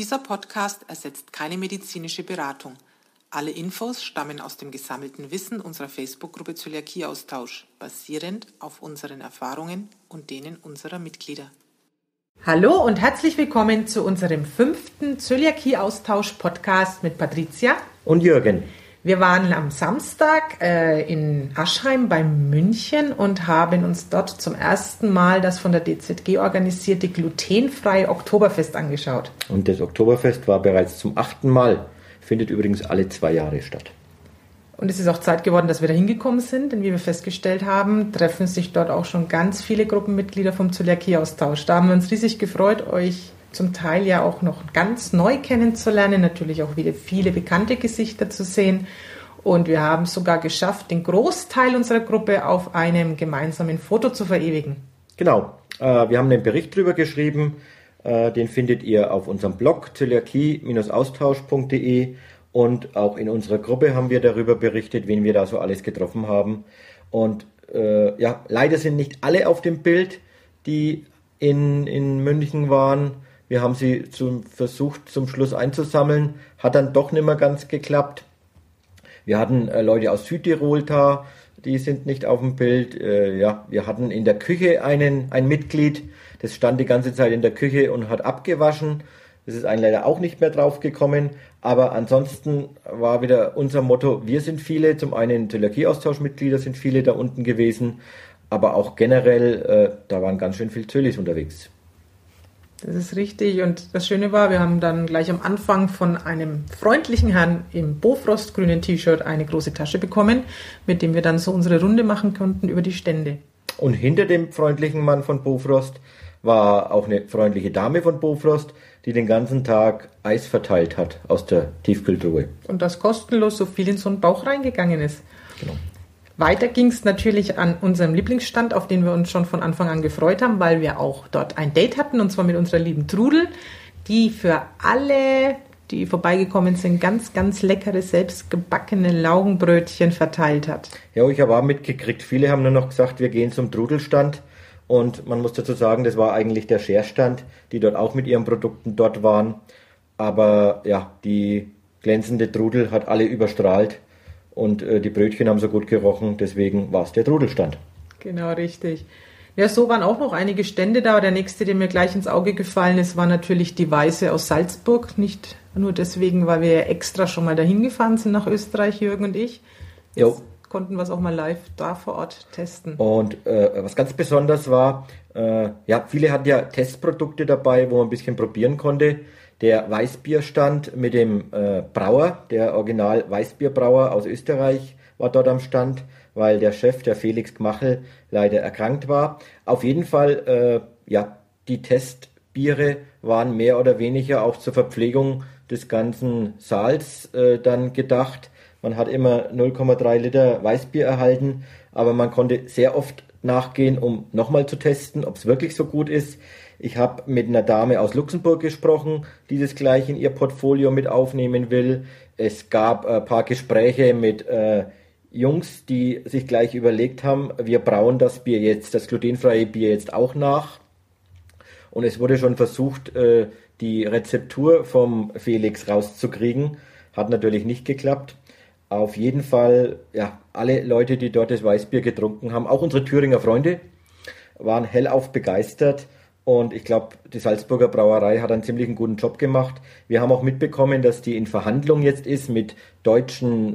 Dieser Podcast ersetzt keine medizinische Beratung. Alle Infos stammen aus dem gesammelten Wissen unserer Facebook-Gruppe Zöliakie-Austausch, basierend auf unseren Erfahrungen und denen unserer Mitglieder. Hallo und herzlich willkommen zu unserem 5. Zöliakie-Austausch-Podcast mit Patricia und Jürgen. Wir waren am Samstag in Aschheim bei München und haben uns dort zum ersten Mal das von der DZG organisierte glutenfreie Oktoberfest angeschaut. Und das Oktoberfest war bereits zum 8. Mal, findet übrigens alle 2 Jahre statt. Und es ist auch Zeit geworden, dass wir da hingekommen sind, denn wie wir festgestellt haben, treffen sich dort auch schon ganz viele Gruppenmitglieder vom Zöliakie-Austausch. Da haben wir uns riesig gefreut, euch zum Teil ja auch noch ganz neu kennenzulernen, natürlich auch wieder viele bekannte Gesichter zu sehen. Und wir haben es sogar geschafft, den Großteil unserer Gruppe auf einem gemeinsamen Foto zu verewigen. Genau, wir haben einen Bericht drüber geschrieben, den findet ihr auf unserem Blog zöliakie-austausch.de und auch in unserer Gruppe haben wir darüber berichtet, wen wir da so alles getroffen haben. Und leider sind nicht alle auf dem Bild, die in München waren. Wir haben sie versucht zum Schluss einzusammeln, hat dann doch nicht mehr ganz geklappt. Wir hatten Leute aus Südtirol da, die sind nicht auf dem Bild. Wir hatten in der Küche ein Mitglied, das stand die ganze Zeit in der Küche und hat abgewaschen. Das ist einem leider auch nicht mehr drauf gekommen. Aber ansonsten war wieder unser Motto, wir sind viele. Zum einen Zöliakie-Austauschmitglieder sind viele da unten gewesen, aber auch generell, da waren ganz schön viele Zölis unterwegs. Das ist richtig und das Schöne war, wir haben dann gleich am Anfang von einem freundlichen Herrn im Bofrost-grünen T-Shirt eine große Tasche bekommen, mit dem wir dann so unsere Runde machen konnten über die Stände. Und hinter dem freundlichen Mann von Bofrost war auch eine freundliche Dame von Bofrost, die den ganzen Tag Eis verteilt hat aus der Tiefkühltruhe. Und das kostenlos so viel in so einen Bauch reingegangen ist. Genau. Weiter ging es natürlich an unserem Lieblingsstand, auf den wir uns schon von Anfang an gefreut haben, weil wir auch dort ein Date hatten, und zwar mit unserer lieben Trudel, die für alle, die vorbeigekommen sind, ganz, ganz leckere, selbstgebackene Laugenbrötchen verteilt hat. Ja, ich habe auch mitgekriegt. Viele haben nur noch gesagt, wir gehen zum Trudelstand. Und man muss dazu sagen, das war eigentlich der Scherstand, die dort auch mit ihren Produkten dort waren. Aber ja, die glänzende Trudel hat alle überstrahlt. Und die Brötchen haben so gut gerochen, deswegen war es der Trudelstand. Genau, richtig. Ja, so waren auch noch einige Stände da. Der nächste, der mir gleich ins Auge gefallen ist, war natürlich die Weiße aus Salzburg. Nicht nur deswegen, weil wir extra schon mal dahin gefahren sind nach Österreich, Jürgen und ich. Jetzt konnten wir es auch mal live da vor Ort testen. Und was ganz besonders war, viele hatten ja Testprodukte dabei, wo man ein bisschen probieren konnte. Der Weißbierstand mit dem Brauer, der Original Weißbierbrauer aus Österreich, war dort am Stand, weil der Chef, der Felix Gmachel, leider erkrankt war. Auf jeden Fall, die Testbiere waren mehr oder weniger auch zur Verpflegung des ganzen Saals dann gedacht. Man hat immer 0,3 Liter Weißbier erhalten, aber man konnte sehr oft nachgehen, um nochmal zu testen, ob es wirklich so gut ist. Ich habe mit einer Dame aus Luxemburg gesprochen, die das gleich in ihr Portfolio mit aufnehmen will. Es gab ein paar Gespräche mit Jungs, die sich gleich überlegt haben, wir brauen das glutenfreie Bier jetzt auch nach. Und es wurde schon versucht, die Rezeptur vom Felix rauszukriegen. Hat natürlich nicht geklappt. Auf jeden Fall, alle Leute, die dort das Weißbier getrunken haben, auch unsere Thüringer Freunde, waren hellauf begeistert. Und ich glaube, die Salzburger Brauerei hat einen ziemlich guten Job gemacht. Wir haben auch mitbekommen, dass die in Verhandlung jetzt ist mit deutschen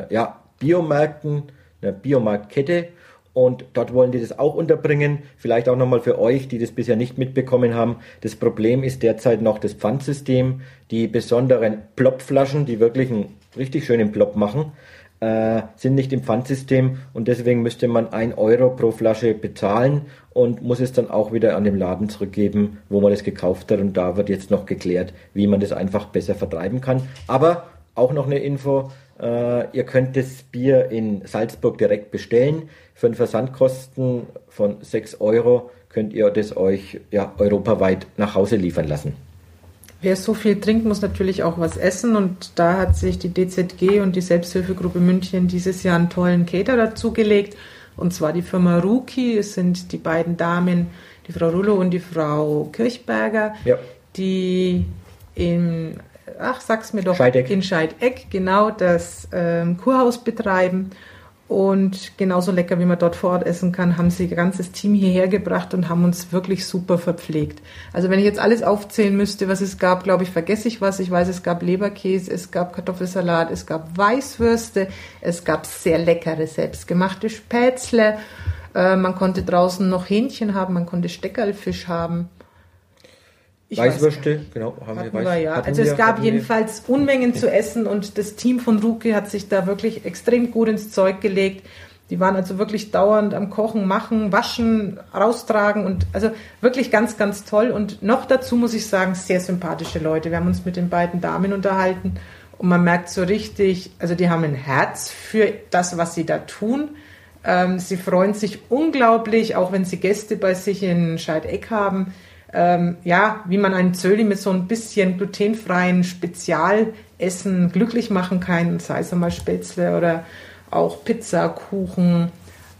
Biomärkten, einer Biomarktkette. Und dort wollen die das auch unterbringen. Vielleicht auch nochmal für euch, die das bisher nicht mitbekommen haben. Das Problem ist derzeit noch das Pfandsystem. Die besonderen Plopflaschen, die wirklich einen richtig schönen Plop machen, sind nicht im Pfandsystem und deswegen müsste man 1 Euro pro Flasche bezahlen und muss es dann auch wieder an den Laden zurückgeben, wo man das gekauft hat, und da wird jetzt noch geklärt, wie man das einfach besser vertreiben kann. Aber auch noch eine Info, ihr könnt das Bier in Salzburg direkt bestellen. Für einen Versandkosten von 6 Euro könnt ihr das euch europaweit nach Hause liefern lassen. Wer so viel trinkt, muss natürlich auch was essen, und da hat sich die DZG und die Selbsthilfegruppe München dieses Jahr einen tollen Caterer zugelegt, und zwar die Firma Ruki. Es sind die beiden Damen, die Frau Rullo und die Frau Kirchberger, die sag's mir doch, Scheideck. in Scheideck, genau, das Kurhaus betreiben. Und genauso lecker, wie man dort vor Ort essen kann, haben sie ihr ganzes Team hierher gebracht und haben uns wirklich super verpflegt. Also wenn ich jetzt alles aufzählen müsste, was es gab, glaube ich, vergesse ich was. Ich weiß, es gab Leberkäse, es gab Kartoffelsalat, es gab Weißwürste, es gab sehr leckere, selbstgemachte Spätzle. Man konnte draußen noch Hähnchen haben, man konnte Steckerlfisch haben. Weißwürste, genau. Also es gab jedenfalls Unmengen zu essen und das Team von Ruki hat sich da wirklich extrem gut ins Zeug gelegt. Die waren also wirklich dauernd am Kochen, machen, waschen, raustragen und also wirklich ganz, ganz toll. Und noch dazu muss ich sagen, sehr sympathische Leute. Wir haben uns mit den beiden Damen unterhalten und man merkt so richtig, also die haben ein Herz für das, was sie da tun. Sie freuen sich unglaublich, auch wenn sie Gäste bei sich in Scheideck haben. Wie man einen Zöli mit so ein bisschen glutenfreien Spezialessen glücklich machen kann, sei es einmal Spätzle oder auch Pizza, Kuchen,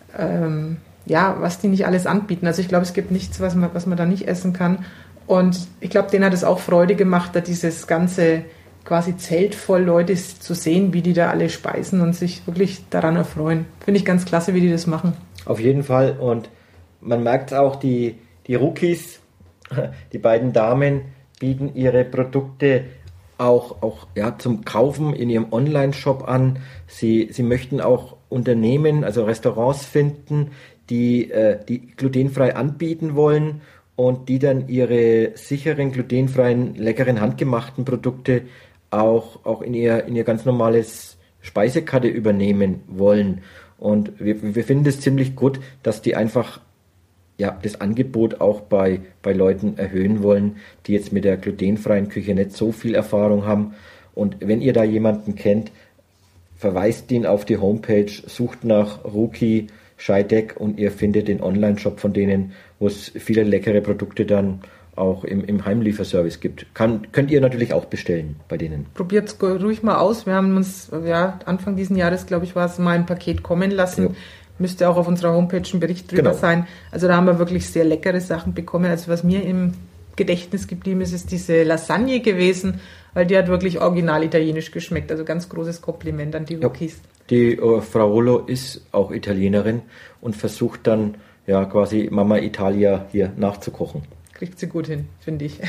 was die nicht alles anbieten. Also ich glaube, es gibt nichts, was man da nicht essen kann. Und ich glaube, denen hat es auch Freude gemacht, da dieses ganze quasi Zelt voll Leute zu sehen, wie die da alle speisen und sich wirklich daran erfreuen. Finde ich ganz klasse, wie die das machen. Auf jeden Fall. Und man merkt auch, die Rookies, die beiden Damen bieten ihre Produkte auch zum Kaufen in ihrem Online-Shop an. Sie möchten auch Unternehmen, also Restaurants finden, die glutenfrei anbieten wollen und die dann ihre sicheren, glutenfreien, leckeren, handgemachten Produkte auch in ihr ganz normales Speisekarte übernehmen wollen. Und wir finden es ziemlich gut, dass die einfach das Angebot auch bei Leuten erhöhen wollen, die jetzt mit der glutenfreien Küche nicht so viel Erfahrung haben. Und wenn ihr da jemanden kennt, verweist ihn auf die Homepage, sucht nach Ruki Scheideck und ihr findet den Online-Shop von denen, wo es viele leckere Produkte dann auch im Heimlieferservice gibt. Könnt ihr natürlich auch bestellen bei denen. Probiert es ruhig mal aus. Wir haben uns Anfang diesen Jahres, glaube ich, war es mal im Paket kommen lassen. Ja. Müsste auch auf unserer Homepage ein Bericht drüber sein. Also da haben wir wirklich sehr leckere Sachen bekommen. Also was mir im Gedächtnis geblieben ist diese Lasagne gewesen, weil die hat wirklich original italienisch geschmeckt. Also ganz großes Kompliment an die Rookies. Die Frau Rollo ist auch Italienerin und versucht dann quasi Mama Italia hier nachzukochen. Kriegt sie gut hin, finde ich.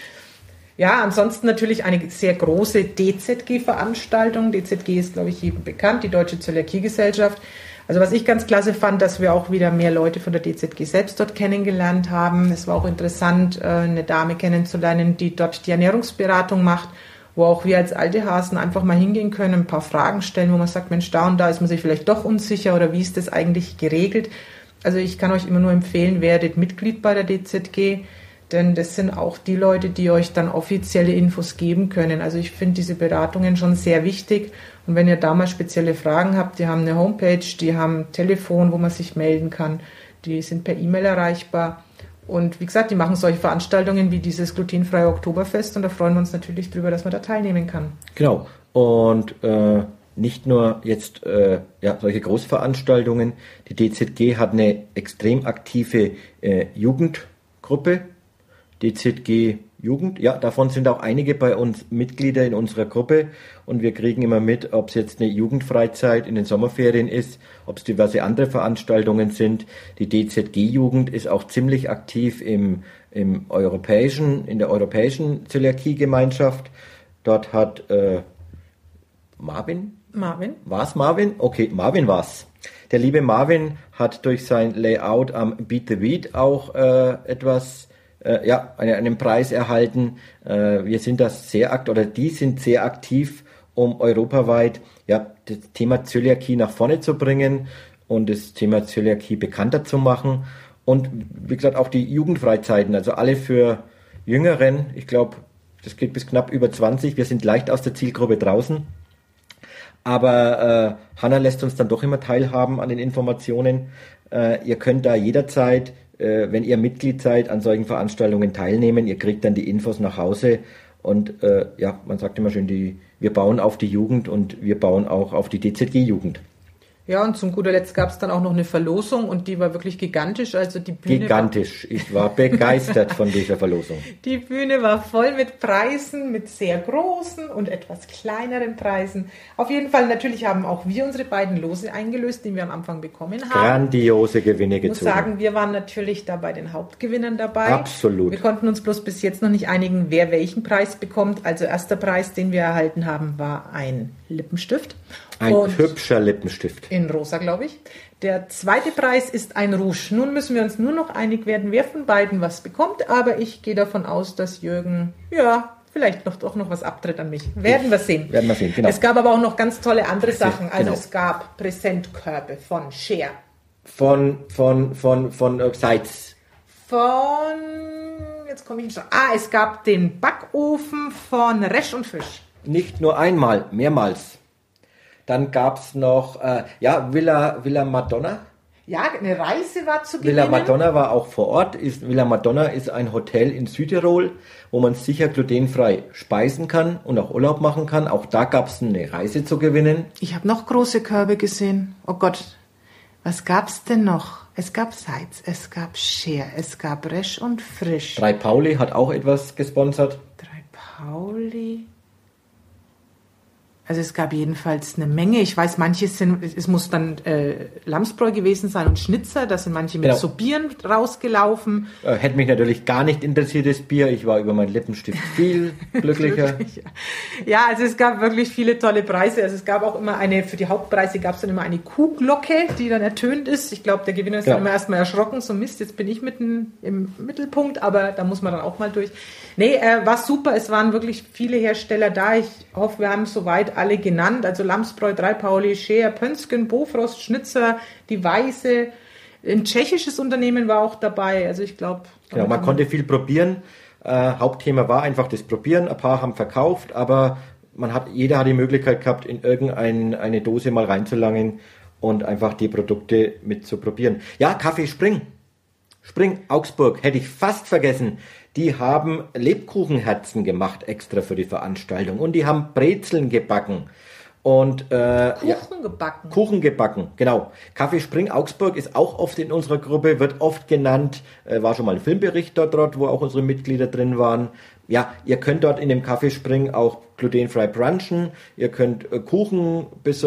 Ja, ansonsten natürlich eine sehr große DZG-Veranstaltung. DZG ist, glaube ich, jedem bekannt, die Deutsche Zöliakie-Gesellschaft. Also was ich ganz klasse fand, dass wir auch wieder mehr Leute von der DZG selbst dort kennengelernt haben. Es war auch interessant, eine Dame kennenzulernen, die dort die Ernährungsberatung macht, wo auch wir als alte Hasen einfach mal hingehen können, ein paar Fragen stellen, wo man sagt, Mensch, da und da ist man sich vielleicht doch unsicher oder wie ist das eigentlich geregelt? Also ich kann euch immer nur empfehlen, werdet Mitglied bei der DZG, denn das sind auch die Leute, die euch dann offizielle Infos geben können. Also ich finde diese Beratungen schon sehr wichtig. Und wenn ihr da mal spezielle Fragen habt, die haben eine Homepage, die haben ein Telefon, wo man sich melden kann, die sind per E-Mail erreichbar. Und wie gesagt, die machen solche Veranstaltungen wie dieses glutenfreie Oktoberfest und da freuen wir uns natürlich drüber, dass man da teilnehmen kann. Genau. Und nicht nur jetzt solche Großveranstaltungen. Die DZG hat eine extrem aktive Jugendgruppe. DZG Jugend, davon sind auch einige bei uns Mitglieder in unserer Gruppe und wir kriegen immer mit, ob es jetzt eine Jugendfreizeit in den Sommerferien ist, ob es diverse andere Veranstaltungen sind. Die DZG-Jugend ist auch ziemlich aktiv in der europäischen Zöliakie-Gemeinschaft. Dort hat Marvin? War's Marvin? Okay, Marvin war's. Der liebe Marvin hat durch sein Layout am Beat the Weed auch einen Preis erhalten. Wir sind die sind sehr aktiv, um europaweit das Thema Zöliakie nach vorne zu bringen und das Thema Zöliakie bekannter zu machen. Und wie gesagt, auch die Jugendfreizeiten, also alle für Jüngeren, ich glaube, das geht bis knapp über 20. Wir sind leicht aus der Zielgruppe draußen. Aber Hanna lässt uns dann doch immer teilhaben an den Informationen. Ihr könnt da jederzeit, wenn ihr Mitglied seid, an solchen Veranstaltungen teilnehmen. Ihr kriegt dann die Infos nach Hause und man sagt immer schön, wir bauen auf die Jugend und wir bauen auch auf die DZG-Jugend. Ja, und zum guter Letzt gab es dann auch noch eine Verlosung und die war wirklich gigantisch. Also die Bühne Gigantisch. Ich war begeistert von dieser Verlosung. Die Bühne war voll mit Preisen, mit sehr großen und etwas kleineren Preisen. Auf jeden Fall, natürlich haben auch wir unsere beiden Lose eingelöst, die wir am Anfang bekommen haben. Grandiose Gewinne gezogen. Ich muss sagen, wir waren natürlich da bei den Hauptgewinnern dabei. Absolut. Wir konnten uns bloß bis jetzt noch nicht einigen, wer welchen Preis bekommt. Also erster Preis, den wir erhalten haben, war ein Lippenstift. Ein hübscher Lippenstift. In rosa, glaube ich. Der zweite Preis ist ein Rouge. Nun müssen wir uns nur noch einig werden, wer von beiden was bekommt. Aber ich gehe davon aus, dass Jürgen, vielleicht doch noch was abtritt an mich. Werden wir sehen, genau. Es gab aber auch noch ganz tolle andere Sachen. Also es gab Präsentkörbe von Share. Von Seitz. Jetzt komme ich nicht drauf. Es gab den Backofen von Resch und Fisch. Nicht nur einmal, mehrmals. Dann gab es noch, Villa Madonna. Ja, eine Reise war zu gewinnen. Villa Madonna war auch vor Ort. Villa Madonna ist ein Hotel in Südtirol, wo man sicher glutenfrei speisen kann und auch Urlaub machen kann. Auch da gab es eine Reise zu gewinnen. Ich habe noch große Körbe gesehen. Oh Gott, was gab's denn noch? Es gab Seitz, es gab Share, es gab Resch und Frisch. 3 Pauli hat auch etwas gesponsert. 3 Pauli... Also es gab jedenfalls eine Menge. Ich weiß, es muss dann Lamsbräu gewesen sein und Schnitzer. Da sind manche mit so Bieren rausgelaufen. Hätte mich natürlich gar nicht interessiert, das Bier. Ich war über meinen Lippenstift viel glücklicher. Ja, also es gab wirklich viele tolle Preise. Also es gab auch immer für die Hauptpreise gab es dann immer eine Kuhglocke, die dann ertönt ist. Ich glaube, der Gewinner ist dann immer erstmal erschrocken. So Mist, jetzt bin ich mitten im Mittelpunkt, aber da muss man dann auch mal durch. Nee, war super. Es waren wirklich viele Hersteller da. Ich hoffe, wir haben soweit alle genannt. Also Lamsbräu, 3 Pauli, Scheer, Pönsken, Bofrost, Schnitzer, die Weiße. Ein tschechisches Unternehmen war auch dabei. Also ich glaube... Ja, man konnte viel probieren. Hauptthema war einfach das Probieren. Ein paar haben verkauft, aber jeder hat die Möglichkeit gehabt, in irgendeine Dose mal reinzulangen und einfach die Produkte mit zu probieren. Ja, Kaffee Spring, Augsburg, hätte ich fast vergessen. Die haben Lebkuchenherzen gemacht extra für die Veranstaltung und die haben Brezeln gebacken. Und Kuchen gebacken, genau. Kaffee Spring Augsburg ist auch oft in unserer Gruppe, wird oft genannt, war schon mal ein Filmbericht dort, wo auch unsere Mitglieder drin waren. Ja, ihr könnt dort in dem Kaffee Spring auch glutenfrei brunchen, ihr könnt Kuchen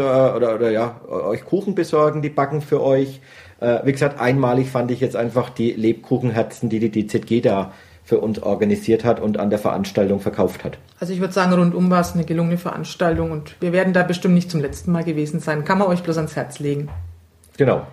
euch Kuchen besorgen, die backen für euch. Wie gesagt, einmalig fand ich jetzt einfach die Lebkuchenherzen, die DZG da für uns organisiert hat und an der Veranstaltung verkauft hat. Also ich würde sagen, rundum war es eine gelungene Veranstaltung und wir werden da bestimmt nicht zum letzten Mal gewesen sein. Kann man euch bloß ans Herz legen. Genau.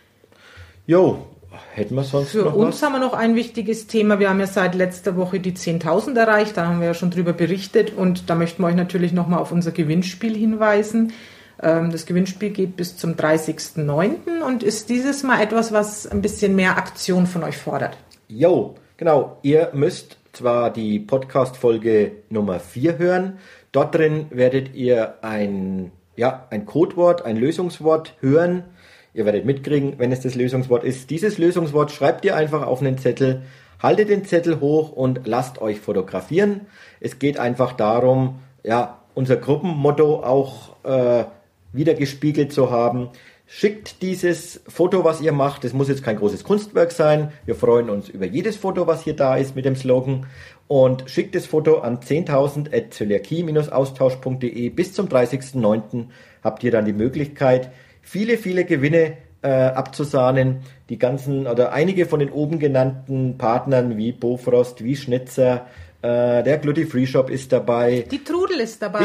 Jo, hätten wir sonst noch was? Für uns haben wir noch ein wichtiges Thema. Wir haben ja seit letzter Woche die 10.000 erreicht, da haben wir ja schon drüber berichtet und da möchten wir euch natürlich nochmal auf unser Gewinnspiel hinweisen. Das Gewinnspiel geht bis zum 30.09. und ist dieses Mal etwas, was ein bisschen mehr Aktion von euch fordert. Jo, genau. Ihr müsst zwar die Podcast-Folge Nummer 4 hören. Dort drin werdet ihr ein Codewort, ein Lösungswort hören. Ihr werdet mitkriegen, wenn es das Lösungswort ist. Dieses Lösungswort schreibt ihr einfach auf einen Zettel, haltet den Zettel hoch und lasst euch fotografieren. Es geht einfach darum, unser Gruppenmotto auch wiedergespiegelt zu haben. Schickt dieses Foto, was ihr macht, das muss jetzt kein großes Kunstwerk sein. Wir freuen uns über jedes Foto, was hier da ist mit dem Slogan. Und schickt das Foto an 10.000@zöliakie-austausch.de. Bis zum 30.09. habt ihr dann die Möglichkeit, viele, viele Gewinne abzusahnen. Die ganzen oder einige von den oben genannten Partnern wie Bofrost, wie Schnitzer, der Gluti-Free Shop ist dabei. Die Trudel ist dabei.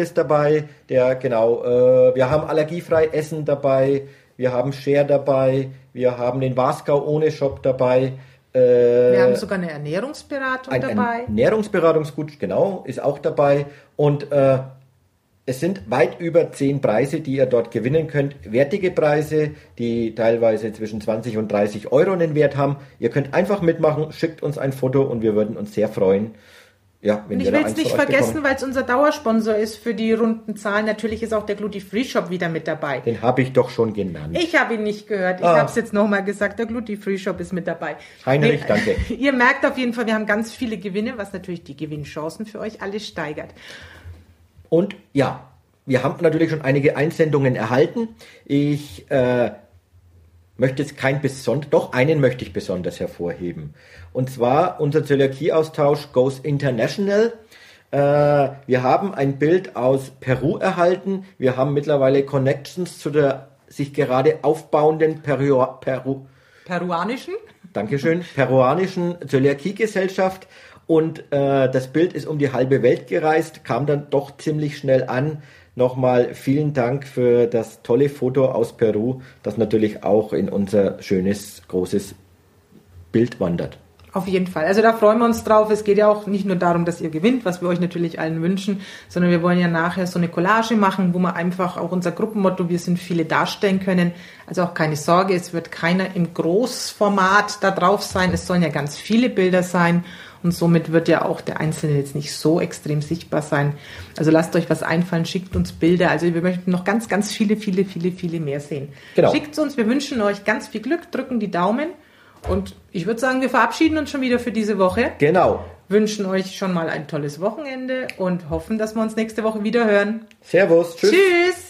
Wir haben allergiefrei Essen dabei. Wir haben Share dabei. Wir haben den Wasgau ohne Shop dabei. Wir haben sogar eine Ernährungsberatung dabei. Ernährungsberatungsgut, genau, ist auch dabei. Und es sind weit über 10 Preise, die ihr dort gewinnen könnt. Wertige Preise, die teilweise zwischen 20 und 30 Euro einen Wert haben. Ihr könnt einfach mitmachen, schickt uns ein Foto und wir würden uns sehr freuen. Ja, wenn und ich will es nicht vergessen, weil es unser Dauersponsor ist für die runden Zahlen. Natürlich ist auch der Gluti-Free Shop wieder mit dabei. Den habe ich doch schon genannt. Ich habe ihn nicht gehört. Ich habe es jetzt nochmal gesagt. Der Gluti-Free Shop ist mit dabei. Heinrich, danke. Ihr merkt auf jeden Fall, wir haben ganz viele Gewinne, was natürlich die Gewinnchancen für euch alle steigert. Und ja, wir haben natürlich schon einige Einsendungen erhalten. Ich möchte jetzt einen möchte ich besonders hervorheben. Und zwar unser Zöliakie-Austausch Goes International. Wir haben ein Bild aus Peru erhalten. Wir haben mittlerweile Connections zu der sich gerade aufbauenden peruanischen Zöliakie-Gesellschaft. Und das Bild ist um die halbe Welt gereist, kam dann doch ziemlich schnell an. Nochmal vielen Dank für das tolle Foto aus Peru, das natürlich auch in unser schönes, großes Bild wandert. Auf jeden Fall. Also da freuen wir uns drauf. Es geht ja auch nicht nur darum, dass ihr gewinnt, was wir euch natürlich allen wünschen, sondern wir wollen ja nachher so eine Collage machen, wo wir einfach auch unser Gruppenmotto, wir sind viele, darstellen können. Also auch keine Sorge, es wird keiner im Großformat da drauf sein. Es sollen ja ganz viele Bilder sein. Und somit wird ja auch der Einzelne jetzt nicht so extrem sichtbar sein. Also lasst euch was einfallen, schickt uns Bilder. Also wir möchten noch ganz, ganz viele mehr sehen. Genau. Schickt uns, wir wünschen euch ganz viel Glück, drücken die Daumen. Und ich würde sagen, wir verabschieden uns schon wieder für diese Woche. Genau. Wünschen euch schon mal ein tolles Wochenende und hoffen, dass wir uns nächste Woche wieder hören. Servus. Tschüss.